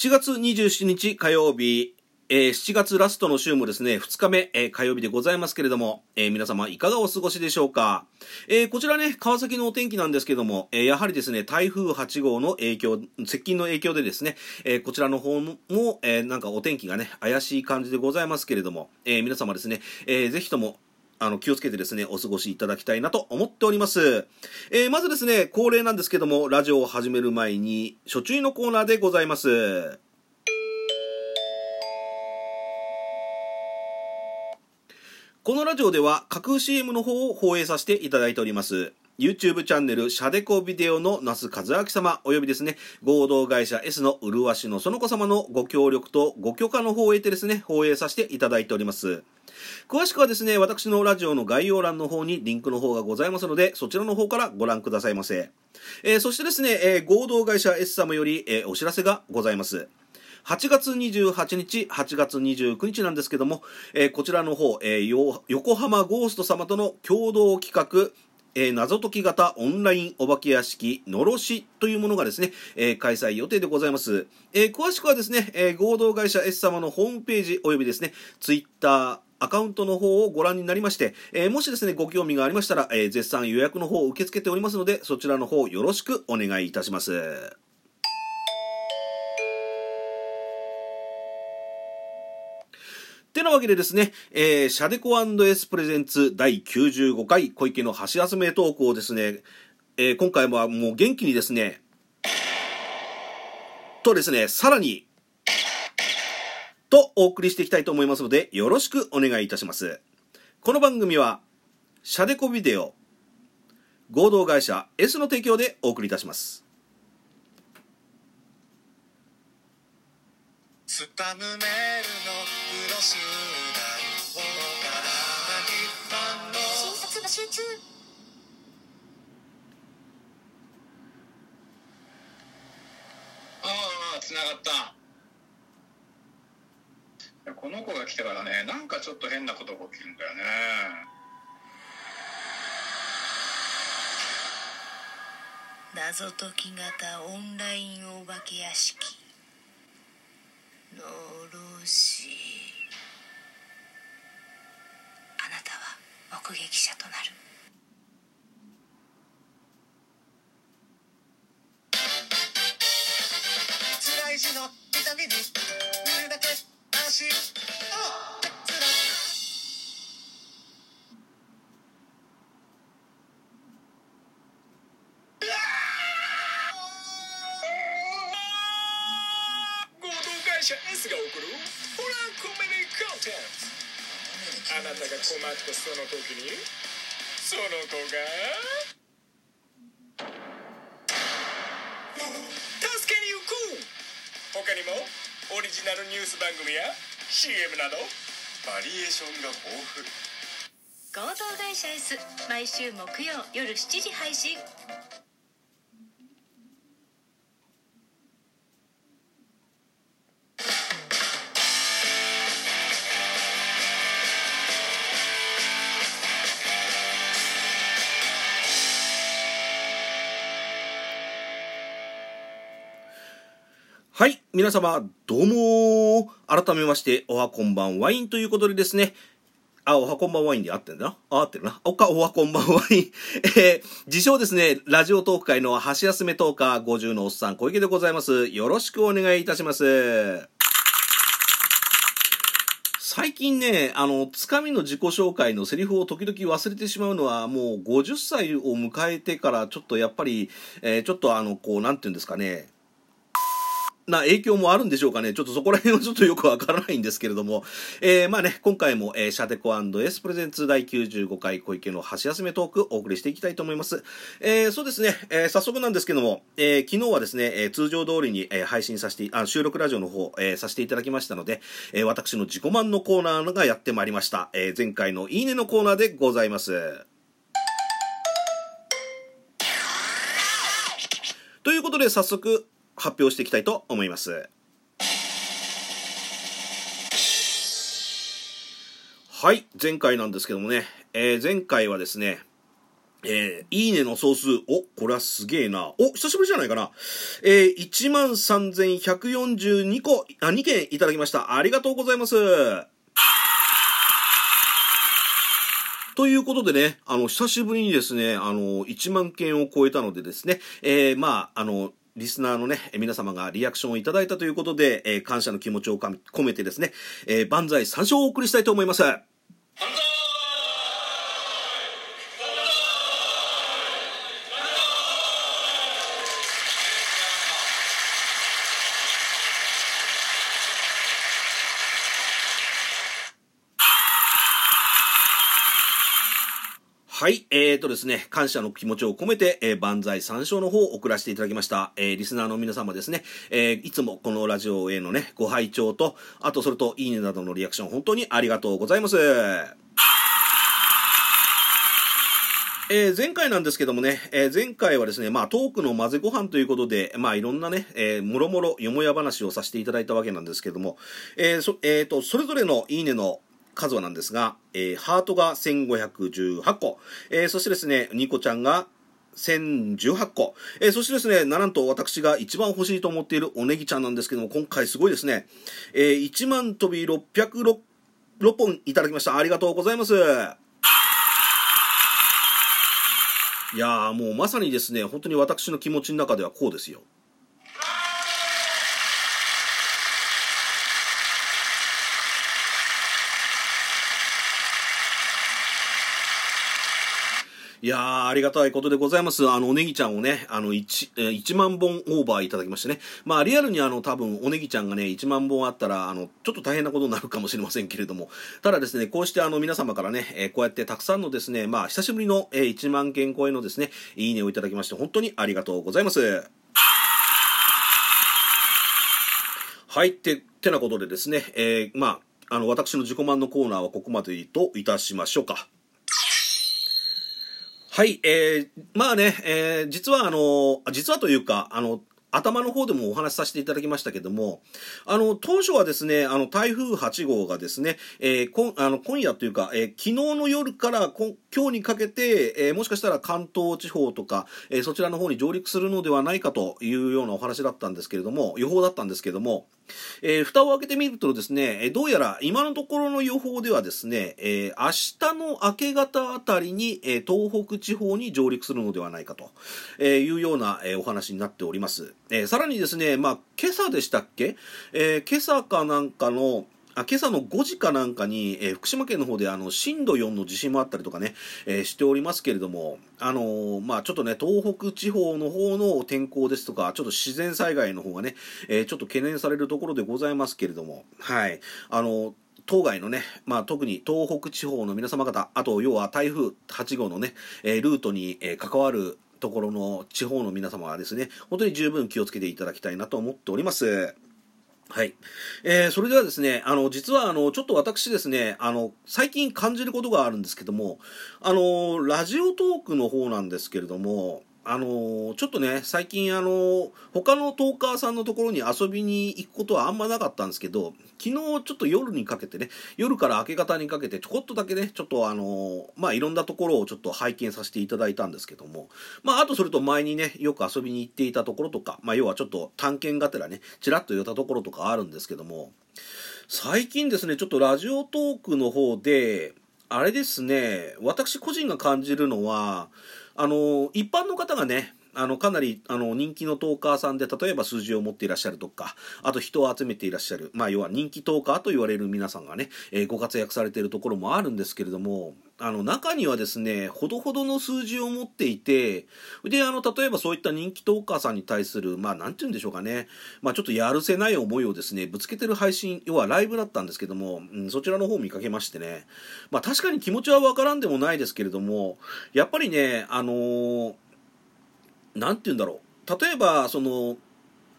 7月27日火曜日、7月ラストの週もですね、2日目、火曜日でございますけれども、皆様いかがお過ごしでしょうか。こちらね、川崎のお天気なんですけども、やはりですね、台風8号の影響、接近の影響でですね、こちらの方も、なんかお天気がね、怪しい感じでございますけれども、皆様ですね、ぜひとも、気をつけてですね、お過ごしいただきたいなと思っております。まずですね、恒例なんですけども、ラジオを始める前に、初注意のコーナーでございます。このラジオでは架空 CM の方を放映させていただいております。YouTube チャンネルシャデコビデオの那須和明様およびですね、合同会社 S の麗しのその子様のご協力とご許可の方を得てですね、放映させていただいております。詳しくはですね、私のラジオの概要欄の方にリンクの方がございますので、そちらの方からご覧くださいませ。そしてですね、合同会社 S 様より、お知らせがございます。8月28日、8月29日なんですけども、こちらの方、横浜ゴースト様との共同企画、謎解き型オンラインお化け屋敷のろしというものがですね、開催予定でございます。詳しくはですね、合同会社 S 様のホームページおよびですね、ツイッター、アカウントの方をご覧になりまして、もしですね、ご興味がありましたら、絶賛予約の方を受け付けておりますので、そちらの方よろしくお願いいたします。てなわけでですね、シャデコ&エスプレゼンツ第95回小池の箸休めトークをですね、今回はもう元気にですね、さらに、お送りしていきたいと思いますので、よろしくお願いいたします。この番組は、シャデコビデオ、合同会社 S の提供でお送りいたします。 スパムメールのブロシューだものからの診察が集中。つながった。この子が来てからね、なんかちょっと変なことが起きるんだよね。 謎解き型オンラインお化け屋敷のろし。あなたは目撃者となる。 辛い字の痛みに見るだけ安心。合同会社 S が送るホラーコメディコンテンツ。あなたが困ったその時にその子が助けに行く。他にもオリジナルニュース番組や CM などバリエーションが豊富。 合同会社 S 毎週木曜夜7時配信。 はい、皆様、どうも改めまして、おはこんばんワインということでですね、おはこんばんワインで合ってんだな。合ってるな。おはこんばんワイン。自称ですね、ラジオトーク界の箸休めトーカー50のおっさん小池でございます。よろしくお願いいたします。最近ね、つかみの自己紹介のセリフを時々忘れてしまうのは、もう50歳を迎えてから、ちょっとやっぱり、ちょっとなんていうんですかね、影響もあるんでしょうかね。ちょっとそこら辺はちょっとよくわからないんですけれども。まあね、今回も、シャデコ&エスプレゼンツ第95回小池の箸休めトークお送りしていきたいと思います。そうですね、早速なんですけども、昨日はですね、通常通りに、配信させて、収録ラジオの方、させていただきましたので、私の自己満のコーナーがやってまいりました。前回のいいねのコーナーでございます。ということで、早速、発表していきたいと思います。はい、前回なんですけどもね、前回はですね、 いいねの総数、これはすげえな。久しぶりじゃないかな。13,142 個、2件いただきました。ありがとうございます。ということでね、久しぶりにですね、1万件を超えたのでですね、リスナーのね、皆様がリアクションをいただいたということで、感謝の気持ちを込めてですね、万歳三唱をお送りしたいと思います。はい、ですね、感謝の気持ちを込めて、万歳三唱の方を送らせていただきました。リスナーの皆様ですね、いつもこのラジオへのね、ご拝聴と、あとそれといいねなどのリアクション、本当にありがとうございます。前回なんですけどもね、前回はですね、トークの混ぜご飯ということで、いろんなね、もろもろよもや話をさせていただいたわけなんですけども、それぞれのいいねの数はなんですが、ハートが1518個、そしてですね、ニコちゃんが1018個、そしてですね、なんと私が一番欲しいと思っているおネギちゃんなんですけども、今回すごいですね、1万飛び606本いただきました。ありがとうございます。いやー、もうまさにですね、本当に私の気持ちの中ではこうですよ。いやー、ありがたいことでございます。おネギちゃんをね、1万本オーバーいただきましてね。リアルに多分、おネギちゃんがね、1万本あったら、ちょっと大変なことになるかもしれませんけれども、ただですね、こうして皆様からね、こうやってたくさんのですね、久しぶりの、1万件超えのですね、いいねをいただきまして、本当にありがとうございます。はい、てなことでですね、私の自己満のコーナーはここまでといたしましょうか。はい、実はというか、頭の方でもお話しさせていただきましたけども、当初はですね、台風8号がですね、今夜というか、昨日の夜から今日にかけて、もしかしたら関東地方とか、そちらの方に上陸するのではないかというようなお話だったんですけれども、予報だったんですけれども、蓋を開けてみるとですね、どうやら今のところの予報ではですね、明日の明け方あたりに、東北地方に上陸するのではないかというような、お話になっております。さらにですね、今朝でしたっけ、今朝の5時かなんかに、福島県の方で震度4の地震もあったりとかね、しておりますけれども、ちょっとね、東北地方の方の天候ですとか、ちょっと自然災害の方がね、ちょっと懸念されるところでございますけれども、はい、当該のね、特に東北地方の皆様方、あと要は台風8号のね、ルートに、関わるところの地方の皆様はですね、本当に十分気をつけていただきたいなと思っております。はい。それではですね、実はちょっと私ですね、最近感じることがあるんですけども、ラジオトークの方なんですけれども、ちょっとね、最近他のトーカーさんのところに遊びに行くことはあんまなかったんですけど、昨日ちょっと夜にかけてね、夜から明け方にかけてちょこっとだけね、ちょっといろんなところをちょっと拝見させていただいたんですけども、あとそれと前にね、よく遊びに行っていたところとか、要はちょっと探検がてらね、ちらっと寄ったところとかあるんですけども、最近ですね、ちょっとラジオトークの方で、あれですね、私個人が感じるのは、一般の方がね、かなり人気のトーカーさんで、例えば数字を持っていらっしゃるとか、あと人を集めていらっしゃる、要は人気トーカーと言われる皆さんがね、ご活躍されているところもあるんですけれども、中にはですね、ほどほどの数字を持っていて、で、例えばそういった人気トーカーさんに対する、なんて言うんでしょうかね、ちょっとやるせない思いをですね、ぶつけてる配信、要はライブだったんですけども、そちらの方を見かけましてね、確かに気持ちはわからんでもないですけれども、やっぱりね、なんて言うんだろう、例えば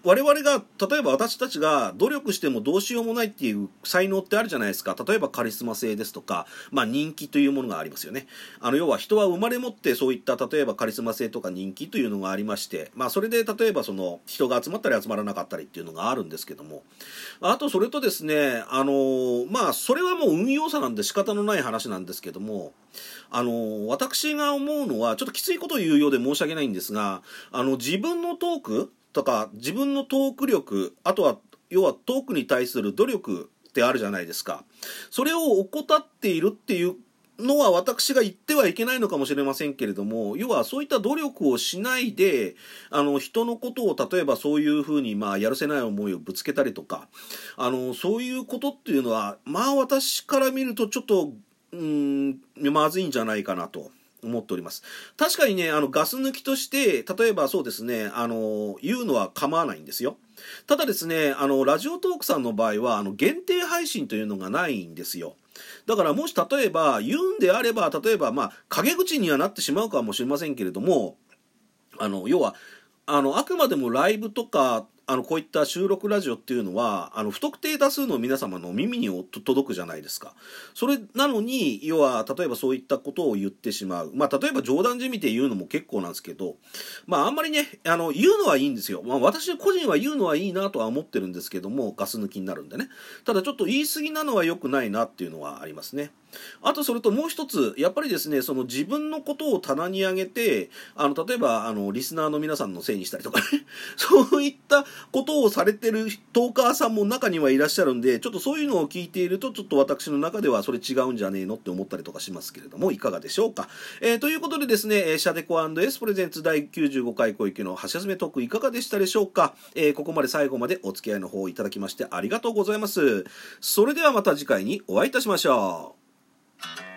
我々が例えば私たちが努力してもどうしようもないっていう才能ってあるじゃないですか。例えばカリスマ性ですとか、人気というものがありますよね。要は人は生まれ持ってそういった例えばカリスマ性とか人気というのがありまして、それで例えばその人が集まったり集まらなかったりっていうのがあるんですけども、あとそれとですね、それはもう運用差なんで仕方のない話なんですけども、私が思うのはちょっときついことを言うようで申し訳ないんですが、自分のトークとか自分のトーク力、あとは要はトークに対する努力ってあるじゃないですか。それを怠っているっていうのは私が言ってはいけないのかもしれませんけれども、要はそういった努力をしないで人のことを例えばそういうふうにやるせない思いをぶつけたりとか、そういうことっていうのは私から見るとちょっとまずいんじゃないかなと思っております。確かにね、ガス抜きとして、例えばそうですね、言うのは構わないんですよ。ただですね、ラジオトークさんの場合は、限定配信というのがないんですよ。だからもし例えば、言うんであれば、例えば陰口にはなってしまうかもしれませんけれども、要は、あくまでもライブとか、こういった収録ラジオっていうのは不特定多数の皆様の耳に届くじゃないですか。それなのに要は例えばそういったことを言ってしまう、例えば冗談じみて言うのも結構なんですけど、あんまりね言うのはいいんですよ。私個人は言うのはいいなとは思ってるんですけども、ガス抜きになるんでね。ただちょっと言い過ぎなのは良くないなっていうのはありますね。あとそれともう一つ、やっぱりですね、その自分のことを棚に上げて例えばリスナーの皆さんのせいにしたりとかねそういったことをされてるトーカーさんも中にはいらっしゃるんで、ちょっとそういうのを聞いているとちょっと私の中ではそれ違うんじゃねえのって思ったりとかしますけれども、いかがでしょうか。ということでですね、シャデコ&エスプレゼンツ第95回小池の箸休めトークいかがでしたでしょうか。ここまで最後までお付き合いの方いただきましてありがとうございます。それではまた次回にお会いいたしましょう。